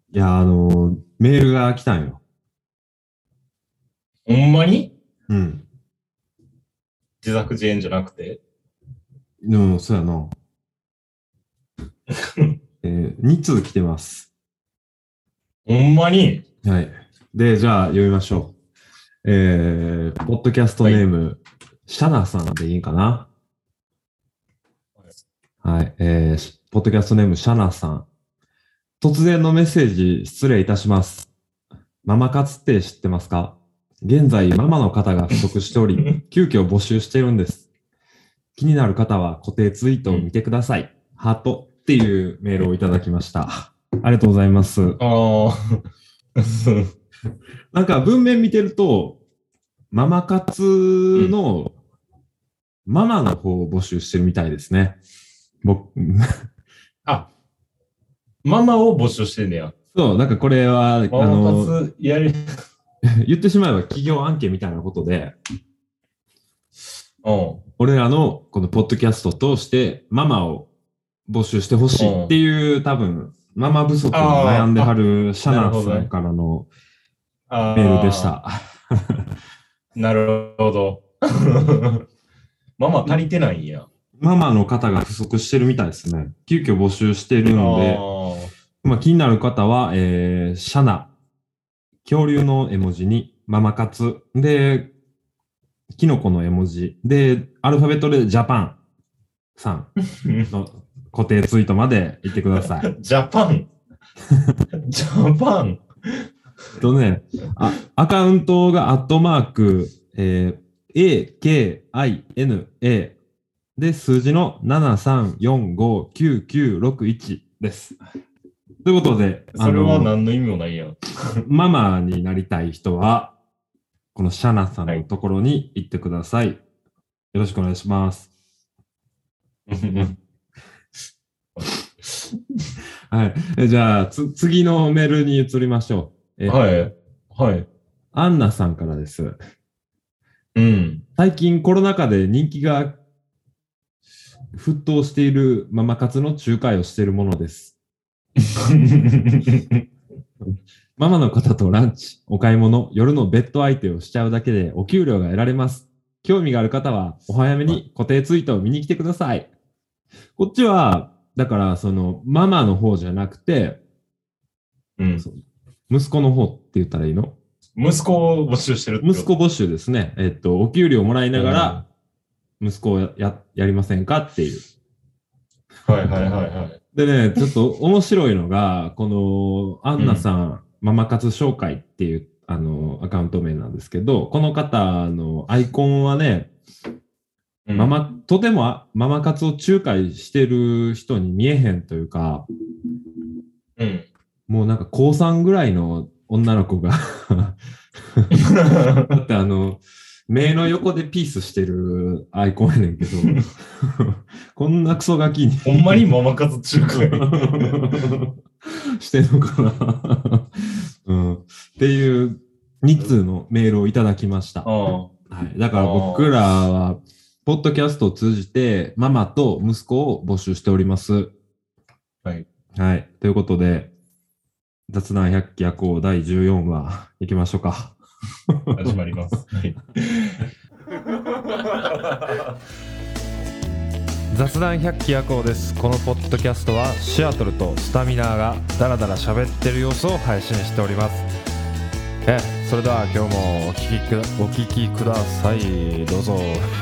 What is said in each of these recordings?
いや、メールが来たんよ。 ほんまにうん。 自作自演じゃなくてそうやな。2通来てます。 ほんまにはい。で、じゃあ読みましょう。ポッドキャストネーム、シャナさんでいいかな。はい。ポッドキャストネーム、シャナさん。突然のメッセージ失礼いたします。ママ活って知ってますか？現在、ママの方が不足しており、急遽募集してるんです。気になる方は固定ツイートを見てください。ハートっていうメールをいただきました。ありがとうございます。 ああ。 なんか文面見てると、ママ活のママの方を募集してるみたいですね。僕、 あ、ママを募集してんねや。 そう、なんかこれは、 ママ活やり、 言ってしまえば企業案件みたいなことで、 うん。 俺らのこのポッドキャストを通してママを募集してほしいっていう多分、ママ不足に悩んではるシャナさんからのメールでした。 なるほど。ママ足りてないんや。 ママの方が不足してるみたいですね。急遽募集してるんで、気になる方は、シャナ、恐竜の絵文字にママ活で、キノコの絵文字で、アルファベットでジャパンさんの固定ツイートまで行ってください。 ジャパンジャパンアカウントがアットマーク、AKINA で数字の73459961です。ということで、 それは何の意味もないやん。 ママになりたい人は、このシャナさんのところに行ってください。よろしくお願いします。はい。じゃあ、次のメールに移りましょう。 はい。はい。 アンナさんからです。 うん。 最近コロナ禍で人気が沸騰しているママ活の仲介をしているものです。ママの方とランチ、お買い物、夜のベッド相手をしちゃうだけでお給料が得られます。興味がある方はお早めに固定ツイートを見に来てください。こっちは、だからそのママの方じゃなくて、 うん、 息子の方って言ったらいいの？ 息子を募集してるって息子募集ですね。お給料もらいながら、息子をやりませんかっていう。 はいはいはいはい。 でね、ちょっと面白いのが、このアンナさん、ママ活紹介っていうアカウント名なんですけど、この方のアイコンはね、とてもママ活を仲介してる人に見えへんというか、もうなんか高3ぐらいの女の子がだって目の横でピースしてるアイコンやねんけど、こんなクソガキに。 ほんまにママ活仲介してんのかな、うん、っていう2通のメールをいただきました。はい、だから僕らは、ポッドキャストを通じて、ママと息子を募集しております。 はい。 はい。ということで、雑談百鬼夜行第14話、行きましょうか。 始まります。はい、 雑談百鬼夜行です。このポッドキャストはシアトルとスタミナーがダラダラ喋ってる様子を配信しております。それでは今日もお聞きください。どうぞ。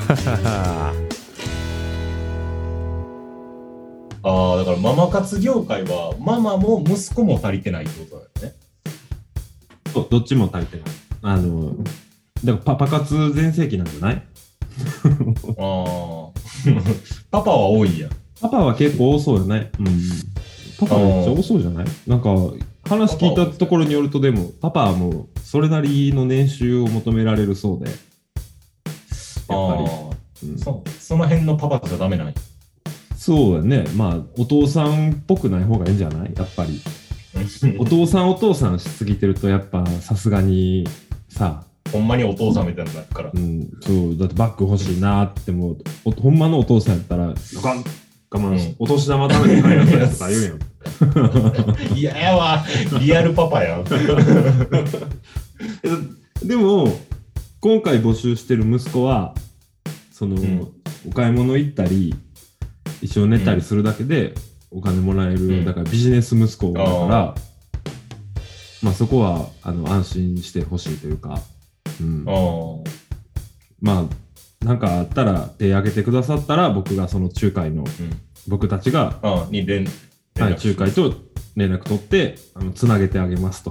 だからママ活業界はママも息子も足りてないってことだよね。 そう、どっちも足りてない。だからパ活全盛期なんじゃない？ パパは多いや。 パパは結構多そうよね。うん。パパめっちゃ多そうじゃない？なんか、話聞いたところによると、でも、パパはもう、それなりの年収を求められるそうで。やっぱり。 その辺のパパじゃダメなんや。 そうだね。まあ、お父さんっぽくない方がいいんじゃない？やっぱり。お父さんしすぎてると、やっぱさすがにさ、 ほんまにお父さんみたいになるから。 そう、だってバッグ欲しいなって、もう、ほんまのお父さんやったら、ガ我慢し、お年玉食べて帰らせやつとか言うやん。 いややわ、リアルパパやん。 でも、今回募集してる息子は、その、お買い物行ったり、一緒に寝たりするだけでお金もらえる、だからビジネス息子だから、まあそこは安心してほしいというか、まあなんかあったら手挙げてくださったら僕がその仲介の、僕たちがに仲介と連絡取ってつなげてあげますと。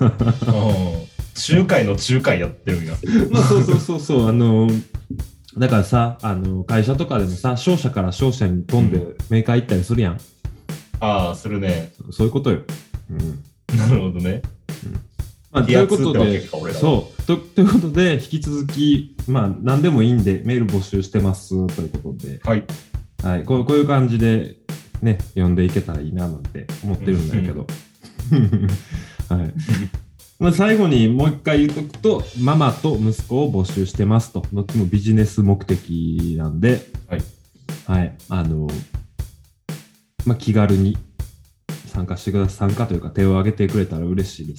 仲介の仲介やってるんや。 まあそうだからさ会社とかでもさ商社から商社に飛んでメーカー行ったりするやん。 ああするね。 そういうことよ。 なるほどね。 まあ、ということで、そうということで引き続きまあ何でもいいんでメール募集してますということで、はい、こういう感じでね読んでいけたらいいななんて思ってるんだけど、はい。まあ最後にもう一回言うとくと、ママと息子を募集してますと、どっちもビジネス目的なんで、はい、まあ気軽に参加してください。参加というか手を挙げてくれたら嬉しいです。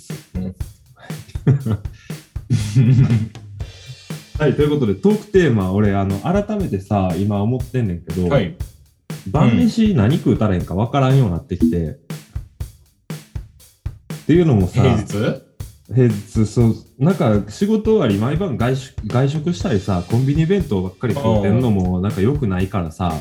はい、ということでトークテーマ、俺改めてさ今思ってんねんけど、晩飯何食うたらいいんか分からんようになってきて、っていうのもさ、平日そうなんか仕事終わり毎晩外食したりさ、コンビニ弁当ばっかり食うてんのもなんか良くないからさ、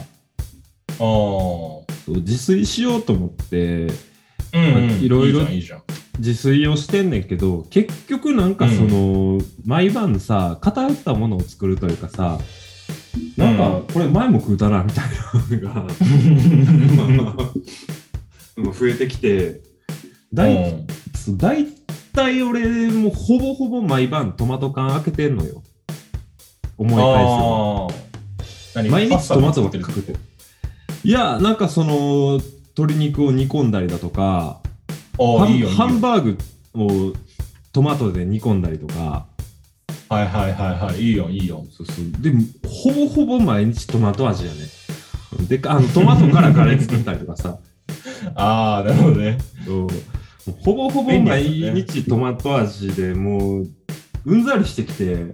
自炊しようと思っていろいろ自炊をしてんねんけど、結局なんかその、毎晩さ偏ったものを作るというかさ、なんかこれ前も食うたなみたいなのが増えてきて、だいたい俺もほぼほぼ毎晩トマト缶開けてんのよ。思い返す。毎日トマトばっか食ってる。いやなんかその鶏肉を煮込んだりだとか、ハンバーグをトマトで煮込んだりとか。 いいよいいよ。 そうでほぼほぼ毎日トマト味やね。でトマトからカレー作ったりとかさ。 なるほどね。 ほぼほぼ毎日トマト味でもううんざりしてきて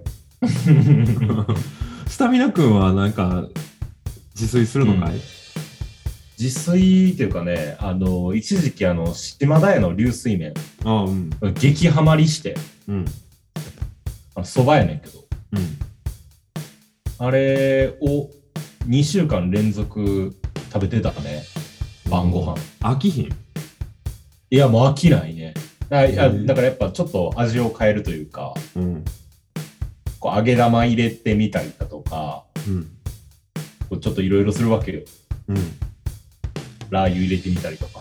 スタミナ君はなんか自炊するのかい？ 自炊っていうかね、一時期島田屋の流水麺激ハマりして、蕎麦やねんけど、あれを2週間連続食べてたね、晩ご飯。 飽きひん？ いやもう飽きないね。だからやっぱちょっと味を変えるというか、こう揚げ玉入れてみたりだとか、こうちょっといろいろするわけよ。ラー油入れてみたりとか。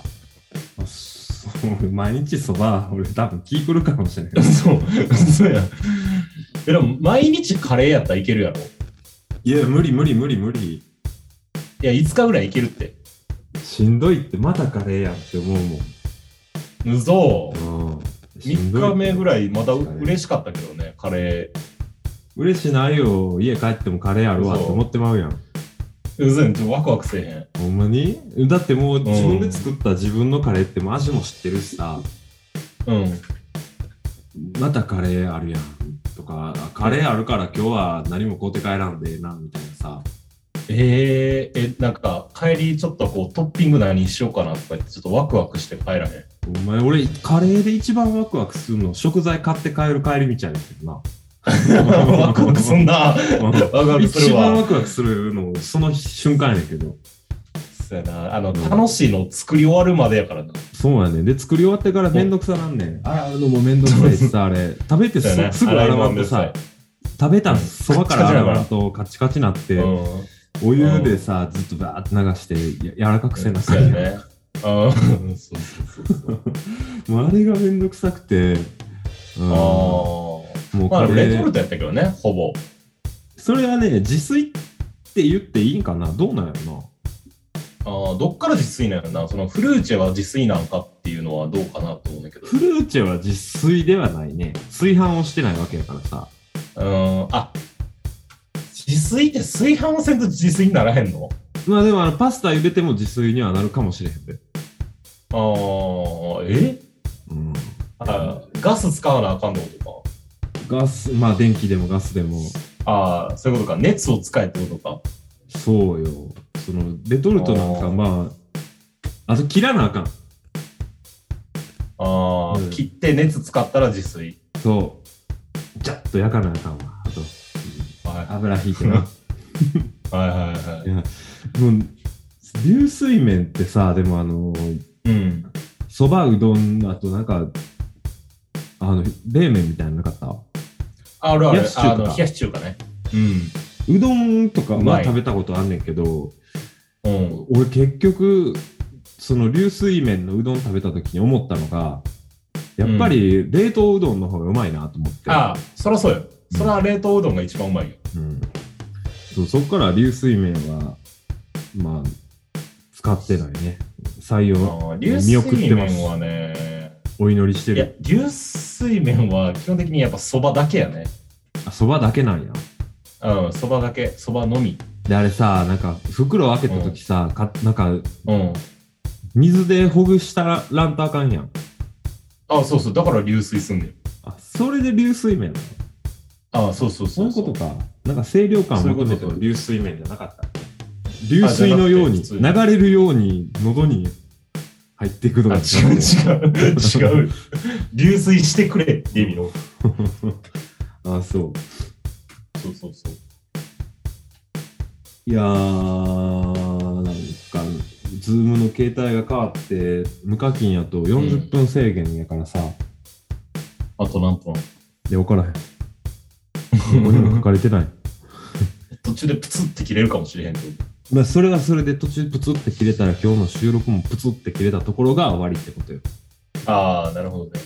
毎日そば俺多分気狂うかもしれない。 そうや。でも毎日カレーやったらいけるやろ。 いや無理。 いや5日ぐらいいけるって。しんどいって、またカレーやんって思うもん。 うそ3日目ぐらいまだ嬉しかったけどね、カレー。 嬉しないよ、家帰ってもカレーあるわって思ってまうやん。 うそやん、ワクワクせえへん。ほんまに？だってもう自分で作った自分のカレーってもう味も知ってるしさ、またカレーあるやんとか、カレーあるから今日は何も買うて帰らんでええなみたいなさ。 なんか帰りちょっとこうトッピング何しようかなとか言ってちょっとワクワクして帰らへん。 お前俺カレーで一番ワクワクするの食材買って帰る帰り道やねんけどな。 ワクワクすんな。 一番ワクワクするのその瞬間やねんけど。 そうやな、楽しいの作り終わるまでやからな。 そうやねん。で作り終わってからめんどくさなんねん。洗うのもめんどくさいしさ、あれ食べてすぐ洗わんとさ、食べたそばから洗わんとカチカチなって、お湯でさずっとバーって流して柔らかくせなさいね。もうあれがめんどくさくて、 もうカレーレトルトやったけどね、ほぼ。 それはね、自炊って言っていいんかな、どうなんやろな。どっから自炊なんやろな。そのフルーチェは自炊なんかっていうのはどうかなと思うんだけど。 フルーチェは自炊ではないね。炊飯をしてないわけやからさ。 自炊って炊飯をせんと自炊にならへんの？ まあでもパスタ茹でても自炊にはなるかもしれへんで。 ガス使わなあかんのとか。 ガス、まあ電気でもガスでも。 そういうことか。熱を使えってことか。 そうよ。そのレトルトなんかまあ、あと切らなあかん。 切って熱使ったら自炊。 そう。ジャッと焼かなあかんわ。あと、油引いてな。 はい。 いや、もう、流水麺ってさ、でもそばうどん、あとなんか、冷麺みたいなのなかった？ ある。冷やし中華ね。 うどんとかは食べたことあんねんけど、俺結局、その流水麺のうどん食べた時に思ったのが、やっぱり冷凍うどんの方がうまいなと思って。 そりゃそうよ。それは冷凍うどんが一番うまいよ。 そこから流水麺は、まあ、使ってないね。採用、見送ってます。 流水麺はね、 お祈りしてる。 いや、流水麺は基本的にやっぱそばだけやね。 そばだけなんや。 そばだけ、そばのみ。 で、あれさ、なんか、袋を開けたときさ、なんか、水でほぐしたらんとあかんやん。 そう。だから流水すんねん。 それで流水麺なの？そう。 そういうことか。なんか清涼感を求めてる流水麺じゃなかった。流水のように、流れるように喉に入っていくのが違う。流水してくれって意味の。 そう。 そう。 いやー、なんか、ズームの携帯が変わって、無課金やと40分制限やからさ。 あと何分？ で、分からへん。ここにも書かれてない。 途中でプツって切れるかもしれへんけど。 まあ、それがそれで途中プツって切れたら今日の収録もプツって切れたところが終わりってことよ。 なるほどね。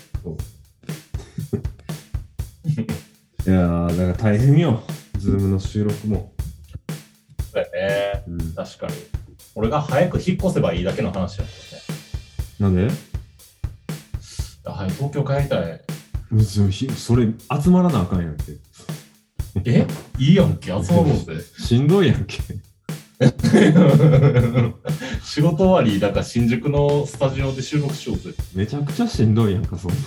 いやー、だから大変よ。ズームの収録も。 そうやね。確かに。俺が早く引っ越せばいいだけの話やもんね。 なんで？ 東京帰りたい。 それ集まらなあかんやんけ。 いいやんけ、集まろうぜ。 しんどいやんけ。 仕事終わり、だから新宿のスタジオで収録しようぜ。 めちゃくちゃしんどいやんか、そんな。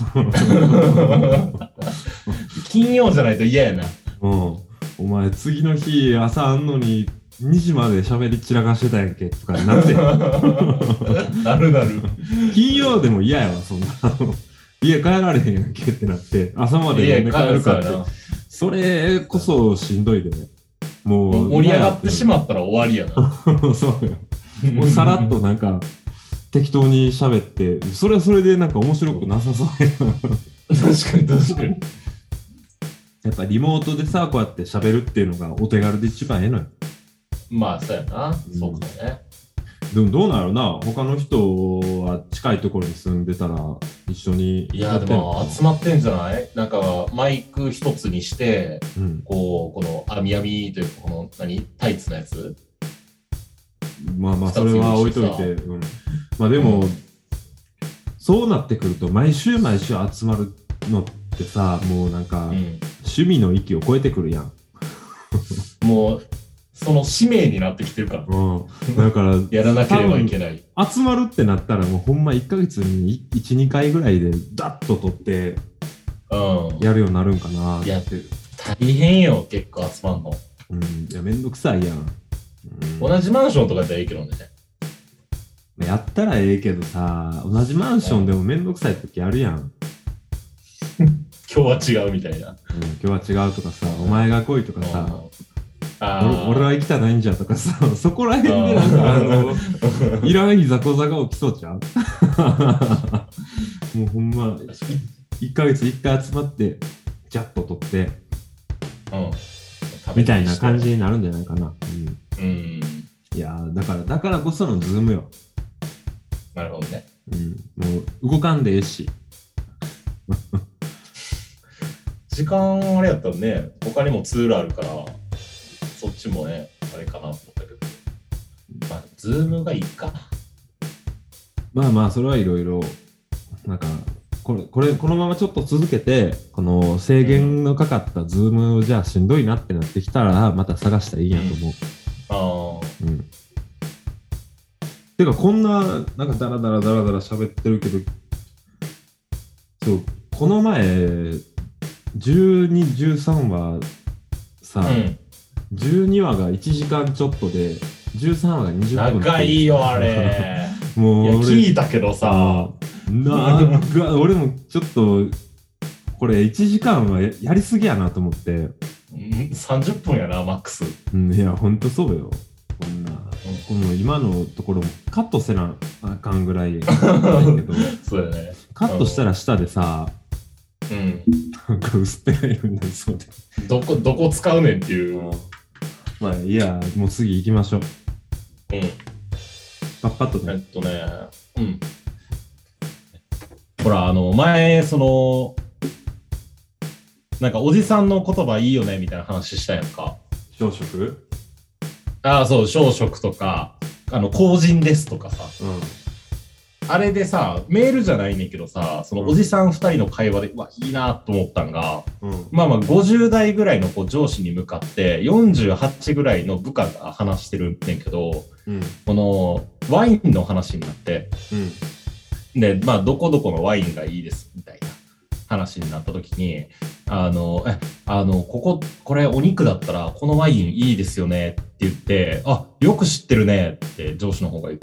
金曜じゃないと嫌やな。 お前、次の日朝あんのに2時まで喋り散らかしてたやんけ、とかなって。 なる。 金曜でも嫌やわ、そんな。家帰られへんやんけってなって、朝まで飲んで帰るかって。それこそしんどいでね。もう盛り上がってしまったら終わりやな。 そうよ。もうさらっとなんか適当に喋って、それはそれでなんか面白くなさそうやな。 確かに。 やっぱリモートでさ、こうやって喋るっていうのがお手軽で一番ええのよ。 まあ、そうやな。そうかね。 でもどうなるな、他の人は近いところに住んでたら一緒に。 いや、でも集まってんじゃない？なんかマイク一つにして、この網というか、このタイツのやつ。 まあそれは置いといて。まあでも、そうなってくると毎週集まるのってさ、もうなんか、趣味の域を超えてくるやん。 もうその使命になってきてるから。 だからやらなければいけない。 集まるってなったらもうほんま1ヶ月に1、2回ぐらいでダッと取ってやるようになるんかなって。 いや、大変よ、結構集まんの。 いや、めんどくさいやん。 同じマンションとかやったらいいけどね。 やったらええけどさ、同じマンションでもめんどくさい時あるやん。 今日は違うみたいな。 今日は違うとかさ、お前が来いとかさ、俺は行きたないんじゃとかさ、そこら辺でなんかいらんいざこざが起きそうちゃう？もうほんま、1ヶ月1回集まって、ジャッと取って、みたいな感じになるんじゃないかな。いやだからこそのズームよ。 なるほどね。 もう動かんでええし。 時間あれやったらね、他にもツールあるから、そっちもね、あれかなと思ったけど。まあ、ズームがいいか。 まあ、それはいろいろ、なんか、このままちょっと続けて、この制限のかかったズームじゃあしんどいなってなってきたら、また探したらいいやと思う。 てかこんななんかダラダラ喋ってるけど、そうこの前12、13話さ、12話が1時間ちょっとで13話が20分。 長いよあれ。 もういや聞いたけどさ、 俺もちょっとこれ1時間は やりすぎやなと思って。 30分やなマックス。 いやほんとそうよ。こんな、この今のところもカットせなあかんぐらいだけどそうだね。 カットしたら下でさ、なんか薄っぺらい色になりそうで。 どこ使うねんっていう。 まあいや、もう次行きましょう。パッパッとね。 ほら、前、なんかおじさんの言葉いいよねみたいな話したやんか。 小食？ ああ、そう、小食とか、公人ですとかさ。あれでさ、メールじゃないねんけどさ、そのおじさん2人の会話で、いいなと思ったんが、まあ50代ぐらいの上司に向かって、48ぐらいの部下が話してるんけど、このワインの話になって、で、まあどこどこのワインがいいですみたいな話になった時に、これお肉だったらこのワインいいですよねって言って、よく知ってるねって上司の方が言って、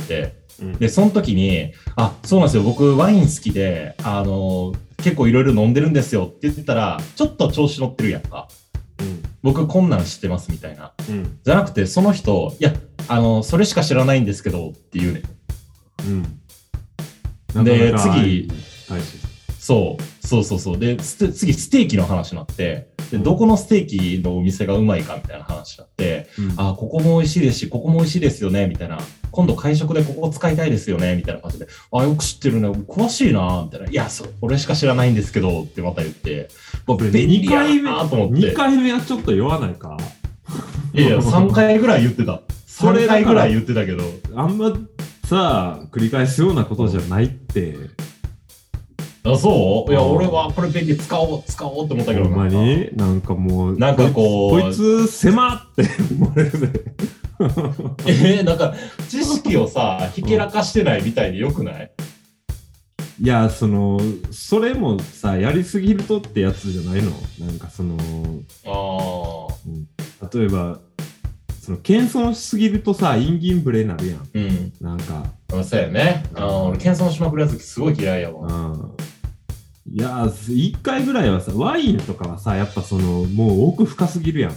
で、その時に、そうなんですよ、僕ワイン好きで、結構いろいろ飲んでるんですよって言ってたら、ちょっと調子乗ってるやんか。僕こんなん知ってますみたいな。じゃなくて、その人、いや、それしか知らないんですけどって言うねん。で、次、そう。で、次、ステーキの話になって、で、どこのステーキのお店がうまいかみたいな話になって、ここも美味しいですし、ここも美味しいですよね、みたいな。今度会食でここ使いたいですよね、みたいな感じで。よく知ってるね、詳しいな、みたいな。いや、俺しか知らないんですけど、ってまた言って、便利やなと思って。 2回目はちょっと酔わないか？ いや、3回ぐらい言ってた。3回ぐらい言ってたけど。 あんまさ、繰り返すようなことじゃないって。 そう？いや、俺はこれ便利使おうって思ったけど。 ほんまに？なんかもう、 なんかこいつ狭って思われるね。なんか知識をさ、ひけらかしてないみたいでよくない？ いや、それもさ、やりすぎるとってやつじゃないの？なんか例えば、謙遜しすぎるとさ、陰銀ブレになるやん。なんか。 そうやね。俺、謙遜しまくるやつすごい嫌いやわ。 いや、1回ぐらいはさ、ワインとかはさ、やっぱもう奥深すぎるやん。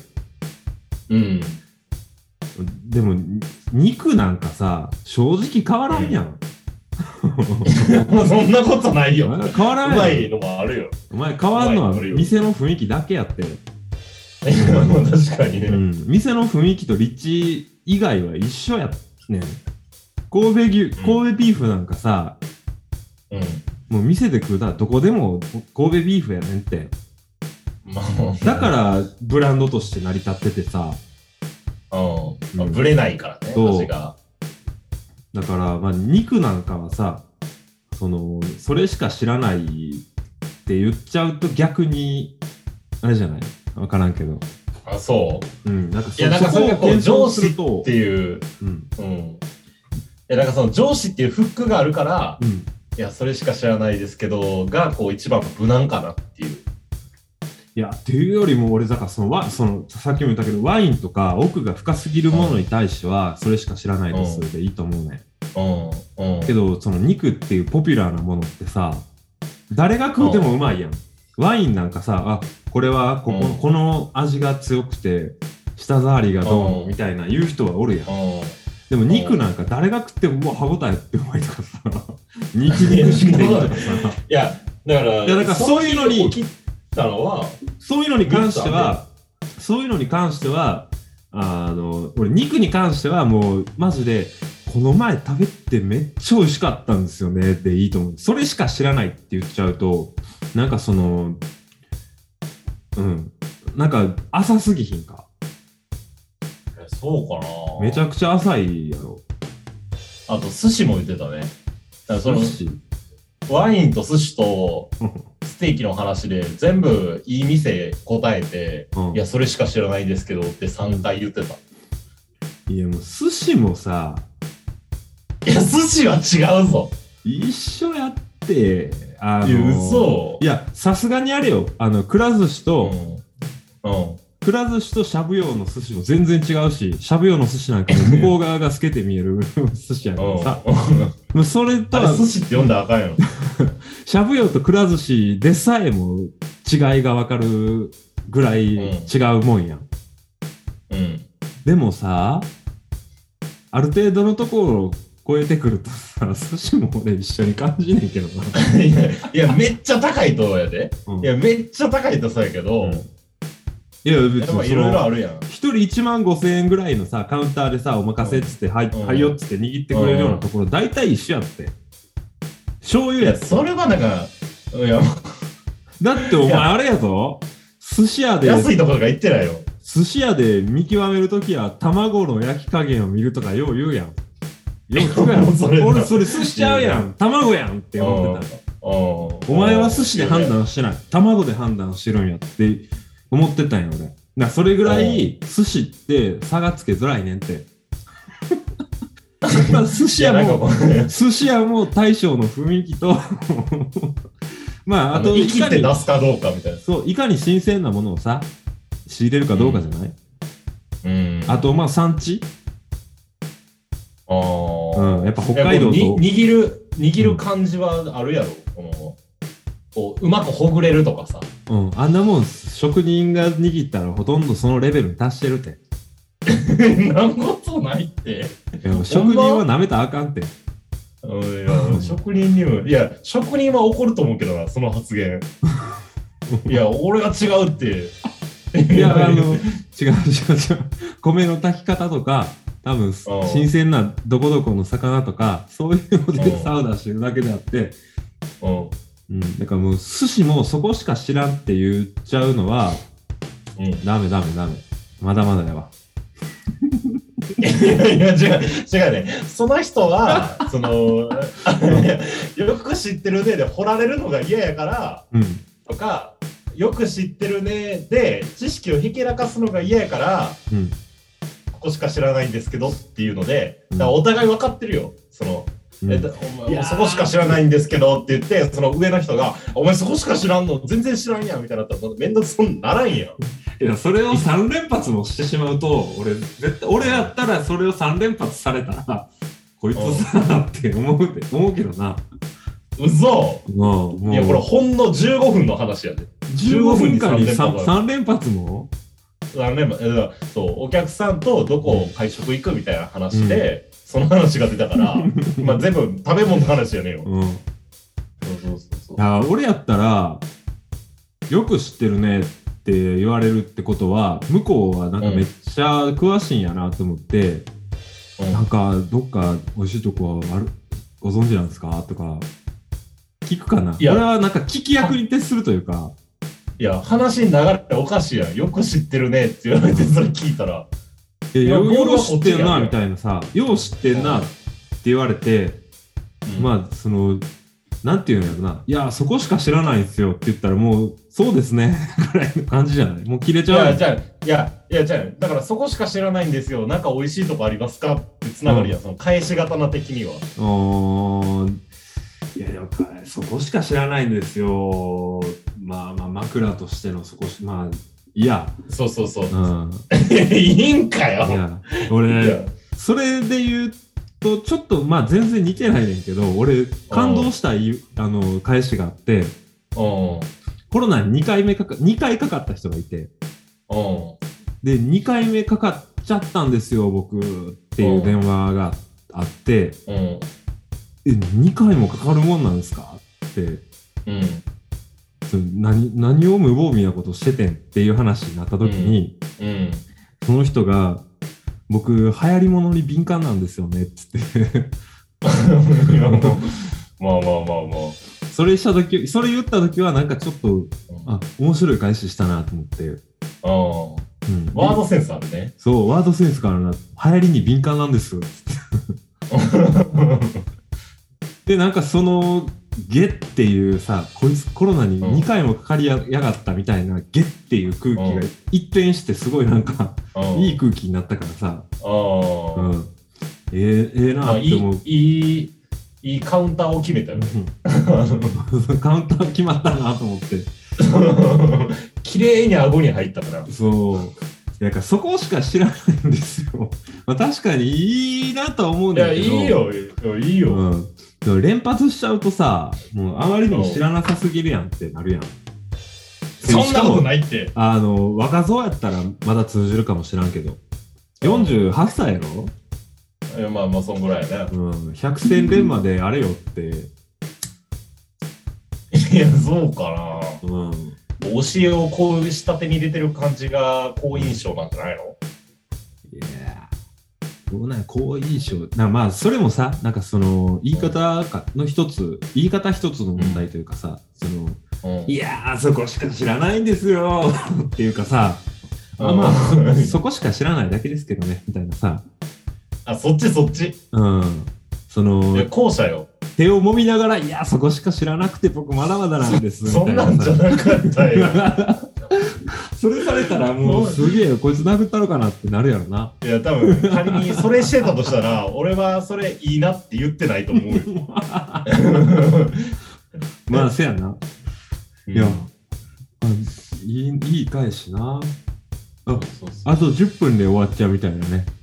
でも、肉なんかさ、正直変わらんやん。 そんなことないよ。 変わらんやん。 うまいのもあるよ。 お前変わんのは店の雰囲気だけやって。 確かにね、 店の雰囲気と立地以外は一緒やねん。神戸ビーフなんかさ、もう店で食うたらどこでも神戸ビーフやねんって。だからブランドとして成り立っててさ、 ぶれないからね、味が。 だから肉なんかはさ、それしか知らないって言っちゃうと逆にあれじゃない？分からんけど。 そう。 なんかいや、なんかそれが上司っていう、いや、なんかその上司っていうフックがあるから、いや、それしか知らないですけど、が、一番無難かなっていう。 いや、っていうよりも俺、だからさっきも言ったけど、ワインとか奥が深すぎるものに対しては、それしか知らないですでいいと思うね。けど、肉っていうポピュラーなものってさ、誰が食うてもうまいやん。ワインなんかさ、これはこの味が強くて舌触りがどうのみたいな言う人はおるやん。でも肉なんか誰が食っても歯応えってうまいとかさ、肉しかないとかさ。 いやだからそういうのに起きたのは、 そういうのに関しては俺肉に関してはもうマジでこの前食べてめっちゃ美味しかったんですよねでいいと思う。それしか知らないって言っちゃうとなんかなんか浅すぎひんか。 そうかな。 めちゃくちゃ浅いやろ。 あと寿司も言ってたね。だからワインと寿司とステーキの話で全部いい店答えて、いやそれしか知らないですけどって3回言ってた。 いやもう寿司もさ、 いや、寿司は違うぞ。 一緒やって、 嘘。 いや、さすがにあれよ、くら寿司と、くら寿司としゃぶ葉の寿司も全然違うし、しゃぶ葉の寿司なんかも向こう側が透けて見える寿司やからさ。それとは、 寿司って呼んだらあかんよ。 しゃぶ葉とくら寿司でさえも違いがわかるぐらい違うもんやん。でもさ、ある程度のところを超えてくるとさ、寿司も俺一緒に感じねんけどな。 いや、めっちゃ高いとやで。いや、めっちゃ高いとそうやけど、 いや、別にいろいろあるやん。 一人15,000円ぐらいのさ、カウンターでさ、お任せっつって、はいよっつって握ってくれるようなところ、大体一緒やって。醤油やって。 それはなんか、いや、 だってお前あれやぞ、寿司屋で、 安いところが言ってないよ。 寿司屋で見極めるときは、卵の焼き加減を見るとかよう言うやん。よう聞くやん。俺それ寿司ちゃうやん。卵やんって思ってた。お前は寿司で判断してない。卵で判断してるんやって思ってたんよ俺。それぐらい寿司って差がつけづらいねんって。寿司屋も大将の雰囲気とまああと生きて出すかどうかみたいな。 そう、いかに新鮮なものをさ仕入れるかどうかじゃない？あとまあ産地。やっぱ北海道と握る感じはあるやろ。こううまくほぐれるとかさ。 あんなもん職人が握ったらほとんどそのレベルに達してるって。 なんことないって。 職人は舐めたらあかんって。 いや職人にも、いや職人は怒ると思うけどな、その発言。いや俺は違うって。 いや違う。米の炊き方とか多分新鮮などこどこの魚とかそういうのでサウナしてるだけであって。だからもう寿司もそこしか知らんって言っちゃうのは、ダメまだまだやわ。 いや違うね。その人はよく知ってるねで掘られるのが嫌やから、とかよく知ってるねで知識をひけらかすのが嫌やから、ここしか知らないんですけどっていうので、だからお互い分かってるよ。お前そこしか知らないんですけどって言って、その上の人がお前そこしか知らんの全然知らんやんみたいなったらめんどくさにならんやん。いやそれを3連発もしてしまうと俺やったらそれを3連発されたらこいつさって思うけどな。 嘘。いやこれほんの15分の話やで。 15分間に3連発もそうお客さんとどこ会食行くみたいな話で、その話が出たからまあ全部食べ物の話やねんよ。 俺やったらよく知ってるねって言われるってことは向こうはなんかめっちゃ詳しいんやなと思って、なんかどっか美味しいとこはご存知なんですかとか聞くかな。俺はなんか聞き役に徹するというか、 いや話に流れておかしいやん。よく知ってるねって言われてそれ聞いたらよく知ってるなみたいなさ、よう知ってんなって言われて、まあなんていうんやろな、いやそこしか知らないんですよって言ったらもうそうですねぐらいの感じじゃない？もう切れちゃう。 いやだからそこしか知らないんですよ、なんか美味しいとこありますかってつながりや、その返し刀的には。 いやでもそこしか知らないんですよ。まあ枕としてのそこいやそう、いいんかよ。 いや俺それで言うとちょっと全然似てないねんけど、俺感動した返しがあって、コロナに2回かかった人がいて、で2回目かかっちゃったんですよ僕っていう電話があって、2回もかかるもんなんですかって、何を無防備なことしててんっていう話になった時に、その人が僕流行り物に敏感なんですよねっつってまあそれ言った時はなんかちょっと面白い返ししたなと思って、 ワードセンスあるね。 そうワードセンスからな、流行りに敏感なんですでなんかゲっていうさ、こいつコロナに2回もかかりやがったみたいなゲっていう空気が一転してすごいなんかいい空気になったからさ、 ええなって思う。 いいカウンターを決めたよね。 カウンター決まったなと思って。 綺麗に顎に入ったから。 そう。なんかそこしか知らないんですよ。まあ、確かにいいなとは思うんだけど。 いや、いいよ。 うん。でも連発しちゃうとさ、もうあまりにも知らなさすぎるやんってなるやん。 そんなことないって。 若造やったらまだ通じるかもしらんけど。48歳やろ？ いや、まあそんぐらいやね。 うん。百戦錬磨であれよって。 いや、そうかな。 うん。 教えをこう下手に入れてる感じが好印象なんじゃないの？ いやー、どうなん好印象。まあ、それもさ、なんかその、言い方一つの問題というかさ、いやー、そこしか知らないんですよっていうかさ、まあ、そこしか知らないだけですけどね、みたいなさ。 あ、そっち。 うん。 いや、後者よ。 手を揉みながら、いや、そこしか知らなくて僕まだまだなんです。 そんなんじゃなかったよ。 それされたらもうすげえこいつ殴ったのかなってなるやろな。 いや、多分仮にそれしてたとしたら、俺はそれいいなって言ってないと思うよ。 まあ、せやな。いや、いい返しな。あと10分で終わっちゃうみたいなね。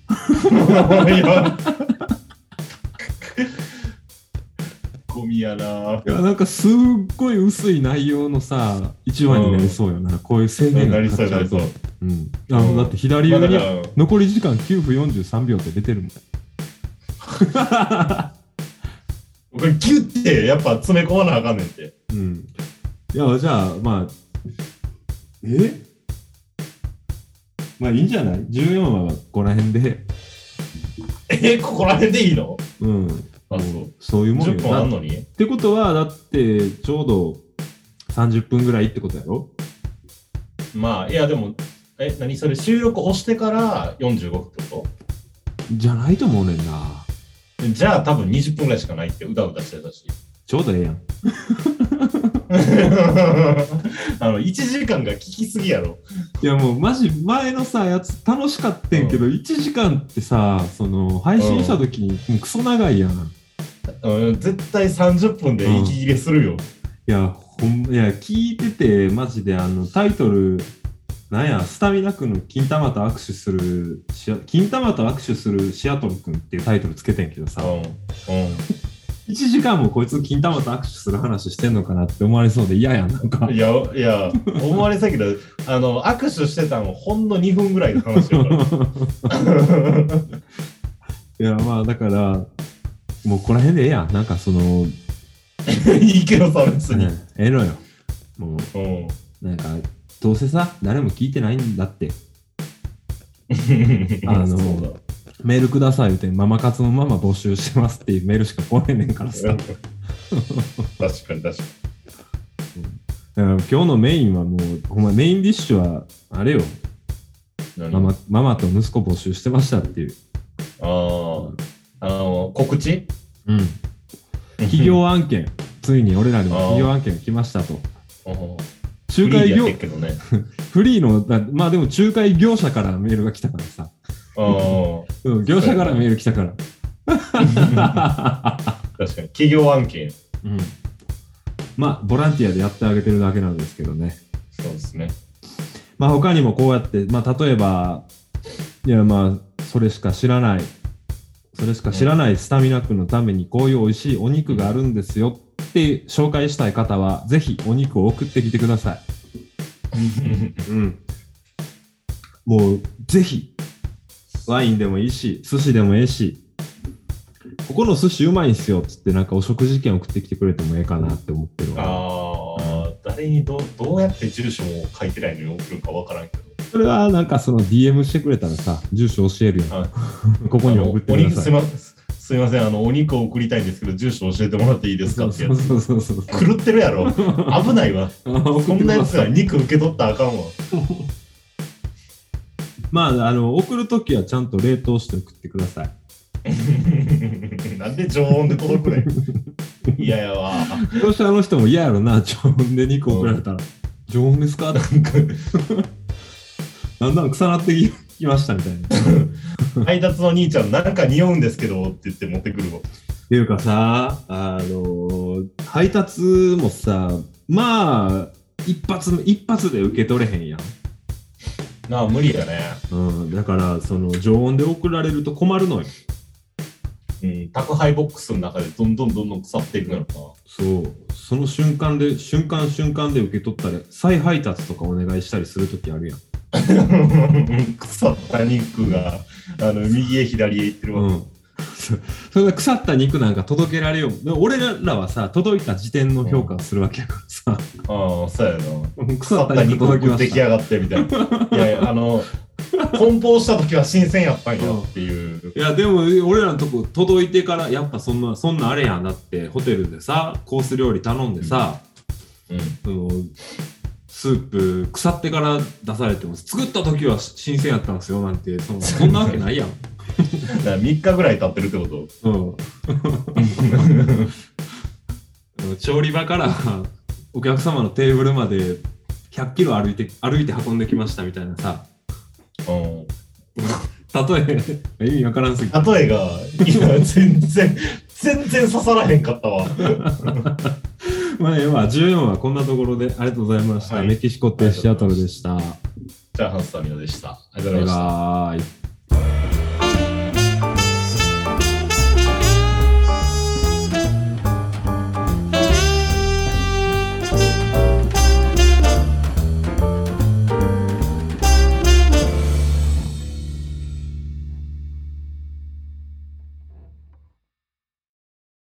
ゴミやな。 いや、なんかすっごい薄い内容のさ、1話になりそうよな。こういう制限がかかっちゃうと。うん。だって左上に残り時間9分43秒って出てるもん。 これギュッてやっぱ詰め込まなあかんねんって。 うん。いや、じゃあ、まあ、まあいいんじゃない ?14 話はここら辺で。 ここら辺でいいの？ うん。そういうもんよ。 10分あんのに？ ってことは、だってちょうど30分ぐらいってことやろ？ まあ、いやでも、何それ収録押してから45分ってこと？ じゃないと思うねんな。 じゃあ多分20分ぐらいしかないってうだうだしてたし。 ちょうどええやん。 1時間が聞きすぎやろ。 いやもうマジ前のさやつ楽しかってんけど、1時間ってさ、配信した時にもうクソ長いやん。 絶対30分で息切れするよ。 いや聞いててマジでタイトルなんや、スタミナ君の金玉と握手するシアトル君っていうタイトルつけてんけどさ、1時間もこいつ金玉と握手する話してんのかなって思われそうで嫌やん、なんか。 いや思われたけど握手してたのほんの2分ぐらいの話だから。 いやまあだからもうこの辺でええやん、なんかいいけどさ別に、 ええのよもう、なんかどうせさ誰も聞いてないんだってメールくださいってママ活のママ募集してますっていうメールしか来へんねんからさ。 確かに今日のメインはもうほんまメインディッシュはあれよ、ママと息子募集してましたっていう。 告知？ 企業案件ついに俺らにも企業案件が来ましたと。仲介業フリーのまあでも仲介業者からメールが来たからさ。業者からメール来たから。 確かに企業案件。 まあボランティアでやってあげてるだけなんですけどね。 そうですね。 まあ他にもこうやって例えばそれしか知らないスタミナ君のためにこういう美味しいお肉があるんですよって紹介したい方はぜひお肉を送ってきてください。もうぜひワインでもいいし寿司でもいいし、ここの寿司うまいんすよっつってなんかお食事券送ってきてくれてもええかなって思ってるわ。 誰にどうやって住所も書いてないのに送るかわからんけど、 それはなんかDM してくれたらさ住所教えるやん。ここに送ってください。 すいませんお肉を送りたいんですけど住所教えてもらっていいですかってやつ。 そう狂ってるやろ。危ないわ。そんなやつが肉受け取ったらあかんわ。 まあ送るときはちゃんと冷凍して送ってください。 なんで常温で届くねん。嫌やわ。 業者の人も嫌やろな、常温で肉送られたら。常温ですか？だんだん臭なってきましたみたいな。 配達の兄ちゃんなんか匂うんですけどって言って持ってくるわ。 っていうかさ、配達もさ、まあ、一発で受け取れへんやん。 なあ、無理だね。 だから、常温で送られると困るのよ。 宅配ボックスの中でどんどん腐っていくのよな。 そう。その瞬間で受け取ったら、再配達とかお願いしたりするときあるやん。 腐った肉が、右へ左へ行ってるわ。 それで腐った肉なんか届けられよう。俺らはさ、届いた時点の評価をするわけやからさ。 ああ、そうやな。 腐った肉届きました。 出来上がってみたいな。いや、梱包した時は新鮮やったんやっていう。 いや、でも俺らのとこ届いてから、やっぱそんなあれやん。だってホテルでさ、コース料理頼んでさ、スープ腐ってから出されても、作った時は新鮮やったんですよなんて、そんなわけないやん。 だから3日ぐらい経ってるってこと？ 調理場からお客様のテーブルまで100キロ歩いて運んできましたみたいなさ。例え意味わからんすぎて。 例えが全然刺さらへんかったわ。 まあ14はこんなところでありがとうございました。メキシコってシアトルでした。 チャーハンスタミナでした。ありがとうございました。 バイバーイ。